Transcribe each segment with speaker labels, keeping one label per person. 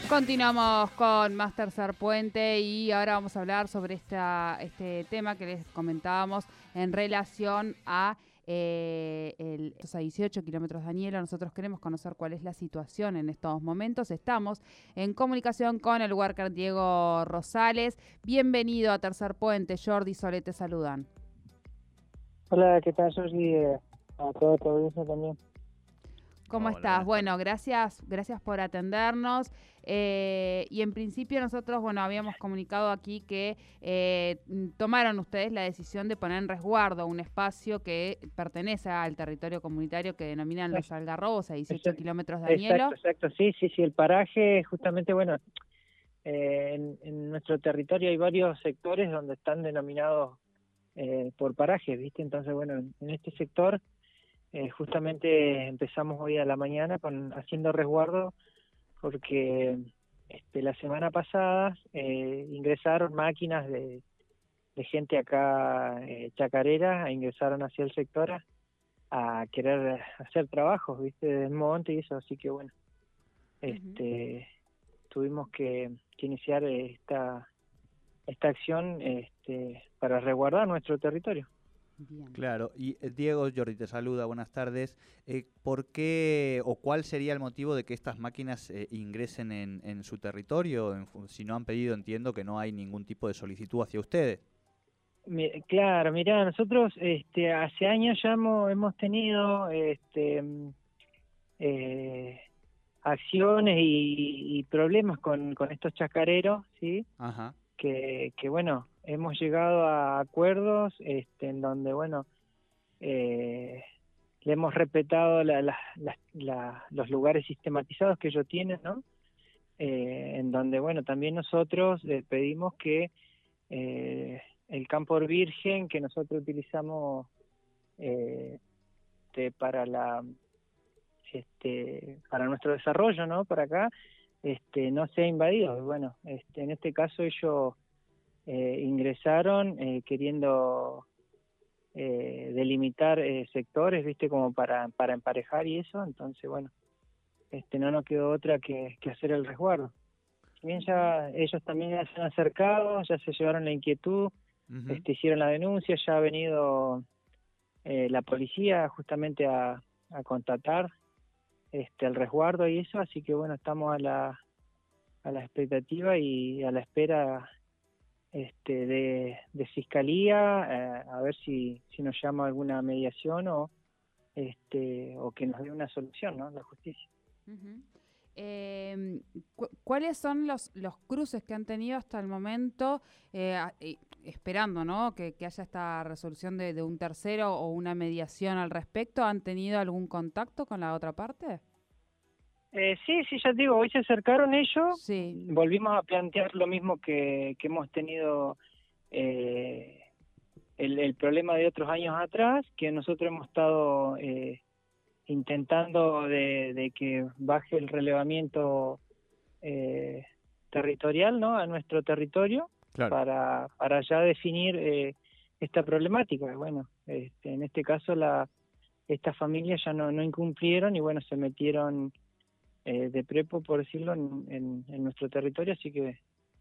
Speaker 1: Continuamos con más Tercer Puente y ahora vamos a hablar sobre este tema que les comentábamos en relación a 18 kilómetros de Añelo. Nosotros queremos conocer cuál es la situación en estos momentos. Estamos en comunicación con el worker Diego Rosales. Bienvenido a Tercer Puente. Jordi y Sole te saludan.
Speaker 2: Hola, ¿qué tal, Jordi? A toda tu audiencia también.
Speaker 1: ¿Cómo estás? Bueno, gracias por atendernos. Y en principio nosotros, habíamos comunicado aquí que tomaron ustedes la decisión de poner en resguardo un espacio que pertenece al territorio comunitario que denominan Los Algarrobos, a 18 kilómetros de Añelo.
Speaker 2: Exacto. Sí, el paraje, justamente, en nuestro territorio hay varios sectores donde están denominados por parajes, ¿viste? Entonces, en este sector justamente empezamos hoy a la mañana haciendo resguardo porque la semana pasada ingresaron máquinas de gente acá chacarera, ingresaron hacia el sector a querer hacer trabajos, ¿viste? Del monte y eso, así que tuvimos que iniciar esta acción para resguardar nuestro territorio.
Speaker 3: Bien. Claro, y Diego, Jordi te saluda, buenas tardes. ¿Por qué o cuál sería el motivo de que estas máquinas ingresen en su territorio? Si no han pedido, entiendo que no hay ningún tipo de solicitud hacia ustedes.
Speaker 2: Claro, mirá, nosotros hace años ya hemos tenido acciones y problemas con estos chacareros, ¿sí?
Speaker 3: Ajá.
Speaker 2: Que hemos llegado a acuerdos en donde le hemos respetado los lugares sistematizados que ellos tienen, ¿no? En donde también nosotros pedimos que el campo virgen que nosotros utilizamos para para nuestro desarrollo, ¿no? Para acá no sea invadido. En este caso ellos ingresaron queriendo delimitar sectores, viste, como para emparejar y eso. Entonces no nos quedó otra que hacer el resguardo. Bien, ya ellos también ya se han acercado, ya se llevaron la inquietud, hicieron la denuncia, ya ha venido la policía justamente a constatar el resguardo y eso, así que estamos a la expectativa y a la espera de fiscalía, a ver si nos llama alguna mediación o que nos dé una solución, ¿no? La justicia.
Speaker 1: ¿Cuáles son los cruces que han tenido hasta el momento, esperando, ¿no? que haya esta resolución de un tercero o una mediación al respecto? ¿Han tenido algún contacto con la otra parte?
Speaker 2: Sí, ya te digo, hoy se acercaron ellos,
Speaker 1: sí.
Speaker 2: Volvimos a plantear lo mismo que hemos tenido el problema de otros años atrás, que nosotros hemos estado intentando de que baje el relevamiento territorial, ¿no? A nuestro territorio, claro, para ya definir esta problemática. En este caso estas familias ya no incumplieron y se metieron de prepo, por decirlo, en nuestro territorio, así que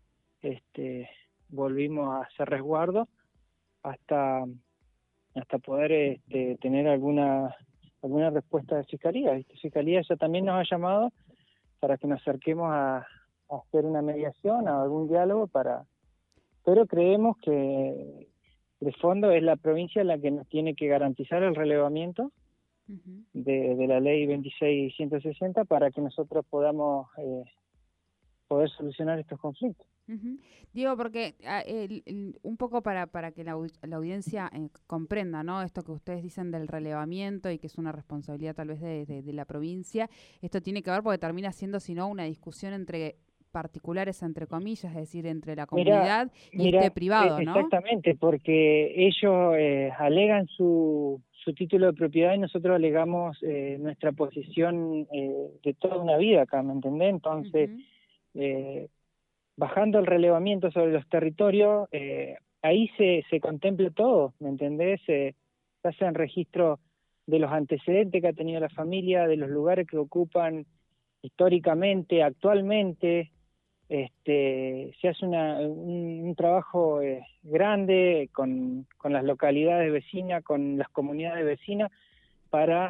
Speaker 2: volvimos a hacer resguardo hasta poder tener alguna respuesta de Fiscalía. Fiscalía ya también nos ha llamado para que nos acerquemos a hacer una mediación, a algún diálogo, pero creemos que de fondo es la provincia la que nos tiene que garantizar el relevamiento de la ley 26.160 para que nosotros podamos poder solucionar estos conflictos.
Speaker 1: Digo, porque un poco para que la audiencia comprenda, ¿no? Esto que ustedes dicen del relevamiento y que es una responsabilidad tal vez de la provincia, esto tiene que ver porque termina siendo, si no, una discusión entre particulares, entre comillas, es decir, entre la comunidad y privado, ¿no?
Speaker 2: Exactamente, porque ellos alegan su título de propiedad y nosotros alegamos nuestra posición de toda una vida acá, ¿me entendés? Entonces, bajando el relevamiento sobre los territorios, ahí se contempla todo, ¿me entendés? Se hacen registro de los antecedentes que ha tenido la familia, de los lugares que ocupan históricamente, actualmente, se hace un trabajo grande con las localidades vecinas, con las comunidades vecinas, para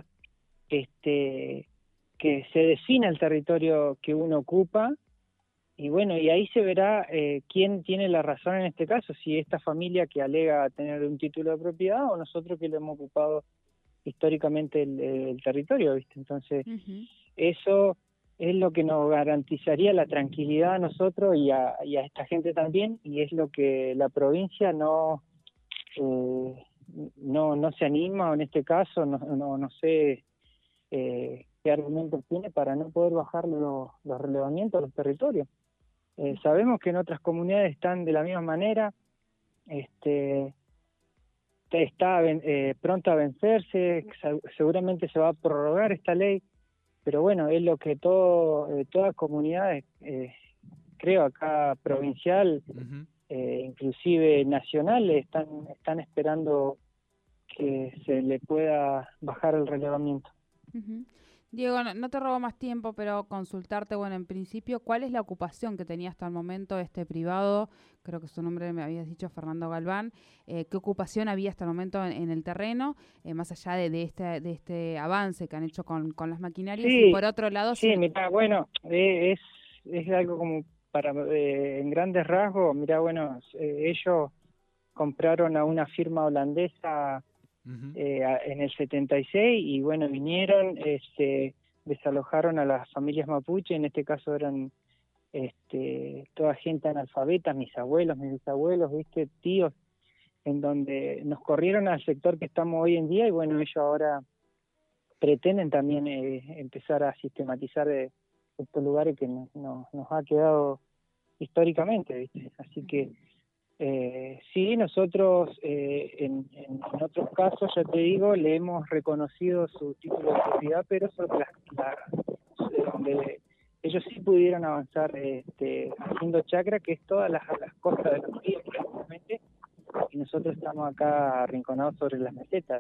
Speaker 2: que se defina el territorio que uno ocupa, y bueno, y ahí se verá quién tiene la razón en este caso, si esta familia que alega tener un título de propiedad o nosotros que lo hemos ocupado históricamente el territorio, ¿viste? Entonces, eso es lo que nos garantizaría la tranquilidad a nosotros y a esta gente también, y es lo que la provincia no se anima, o en este caso no sé qué argumentos tiene para no poder bajar los relevamientos a los territorios. Sabemos que en otras comunidades están de la misma manera, está pronto a vencerse, seguramente se va a prorrogar esta ley, pero bueno, es lo que toda comunidad, creo acá provincial, inclusive nacional, están esperando que se le pueda bajar el relevamiento.
Speaker 1: Diego, no te robo más tiempo, pero consultarte, bueno, en principio, ¿cuál es la ocupación que tenía hasta el momento este privado? Creo que su nombre me habías dicho, Fernando Galván. ¿Qué ocupación había hasta el momento en el terreno, más allá de este avance que han hecho con las maquinarias?
Speaker 2: Sí,
Speaker 1: y por otro lado...
Speaker 2: Sí, mira, bueno, es algo como para, en grandes rasgos, mira, bueno, ellos compraron a una firma holandesa en el 76 y bueno, vinieron, desalojaron a las familias mapuche, en este caso eran toda gente analfabeta, mis abuelos, mis bisabuelos, viste, tíos, en donde nos corrieron al sector que estamos hoy en día, y bueno, ellos ahora pretenden también empezar a sistematizar estos lugares que nos ha quedado históricamente, ¿viste? Así que sí, nosotros en otros casos, ya te digo, le hemos reconocido su título de propiedad, pero sobre donde ellos sí pudieron avanzar haciendo chacra, que es todas las costas de los ríos prácticamente, y nosotros estamos acá arrinconados sobre las mesetas.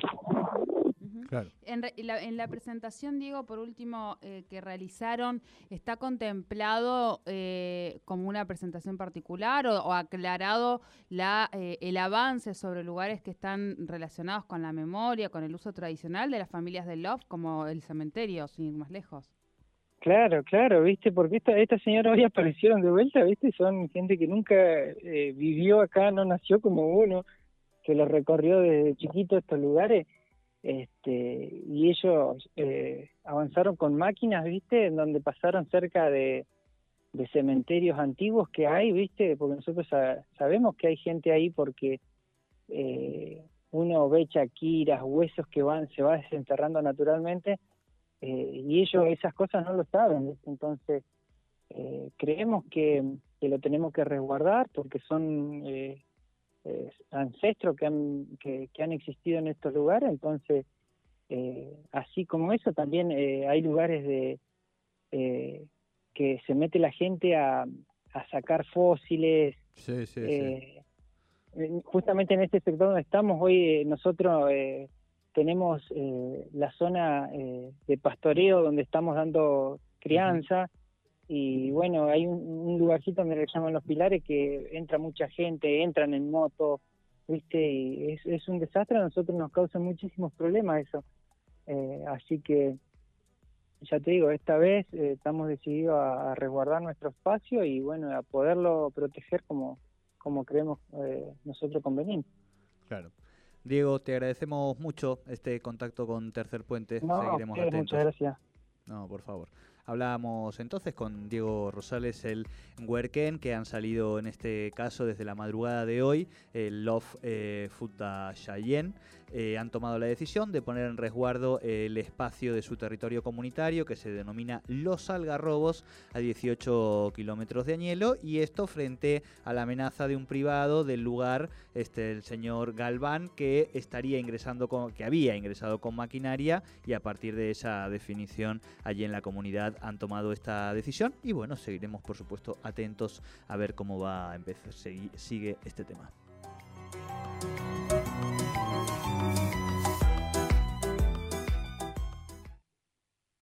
Speaker 1: Claro. En la presentación, Diego, por último, que realizaron, ¿está contemplado como una presentación particular o aclarado el avance sobre lugares que están relacionados con la memoria, con el uso tradicional de las familias del Lof, como el cementerio, sin ir más lejos?
Speaker 2: Claro, viste, porque esta señora hoy aparecieron de vuelta, viste, son gente que nunca vivió acá, no nació como uno, que lo recorrió desde chiquito estos lugares. Y ellos avanzaron con máquinas, viste, en donde pasaron cerca de cementerios antiguos que hay, viste, porque nosotros sabemos que hay gente ahí, porque uno ve chaquiras, huesos que se va desenterrando naturalmente, y ellos esas cosas no lo saben, ¿viste? Entonces creemos que lo tenemos que resguardar, porque son ancestros que han existido en estos lugares. Entonces así como eso también hay lugares que se mete la gente a sacar fósiles. Sí. Justamente en este sector donde estamos hoy, nosotros tenemos la zona de pastoreo donde estamos dando crianza. Y bueno, hay un lugarcito donde le llaman Los Pilares, que entra mucha gente, entran en moto, ¿viste? Y es un desastre, a nosotros nos causa muchísimos problemas eso. Así que, ya te digo, esta vez estamos decididos a resguardar nuestro espacio y bueno, a poderlo proteger como creemos nosotros conveniente.
Speaker 3: Claro. Diego, te agradecemos mucho este contacto con Tercer Puente.
Speaker 2: No,
Speaker 3: seguiremos atentos.
Speaker 2: Muchas gracias.
Speaker 3: No, por favor. Hablábamos entonces con Diego Rosales, el huerquén, que han salido en este caso desde la madrugada de hoy, el Lof Futa Chayén. Han tomado la decisión de poner en resguardo el espacio de su territorio comunitario, que se denomina Los Algarrobos, a 18 kilómetros de Añelo, y esto frente a la amenaza de un privado del lugar, el señor Galván, que había ingresado con maquinaria, y a partir de esa definición allí en la comunidad han tomado esta decisión. Y bueno, seguiremos por supuesto atentos a ver cómo va a empezar, sigue este tema.